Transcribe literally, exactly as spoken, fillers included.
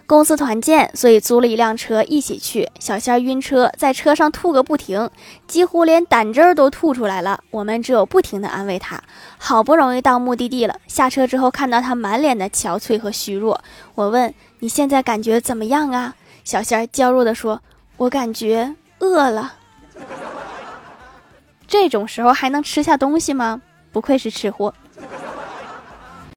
公司团建，所以租了一辆车一起去。小仙儿晕车，在车上吐个不停，几乎连胆汁儿都吐出来了。我们只有不停地安慰他。好不容易到目的地了，下车之后看到他满脸的憔悴和虚弱，我问：你现在感觉怎么样啊？小仙儿娇弱地说：我感觉饿了。这种时候还能吃下东西吗？不愧是吃货。